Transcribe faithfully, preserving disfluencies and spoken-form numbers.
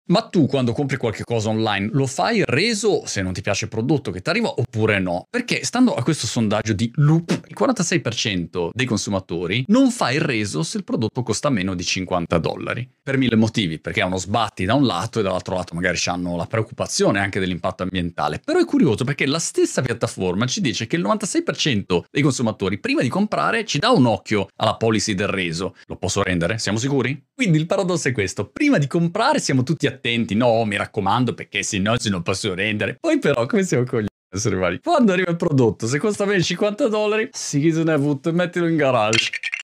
Ma tu quando compri qualche cosa online lo fai reso se non ti piace il prodotto che ti arriva oppure no? Perché stando a questo sondaggio di Loop, il quarantasei per cento dei consumatori non fa il reso se il prodotto costa meno di cinquanta dollari. Per mille motivi, perché è uno sbatti da un lato e dall'altro lato magari hanno la preoccupazione anche dell'impatto ambientale. Però è curioso perché la stessa piattaforma ci dice che il novantasei per cento dei consumatori prima di comprare ci dà un occhio alla policy del reso. Lo posso rendere? Siamo sicuri? Quindi il paradosso è questo: prima di comprare siamo tutti attenti, no, mi raccomando, perché se no se non posso rendere. Poi però, come siamo coglioni essere vari? Quando arriva il prodotto, se costa meno di cinquanta dollari, sì che se ne è avuto, mettilo in garage.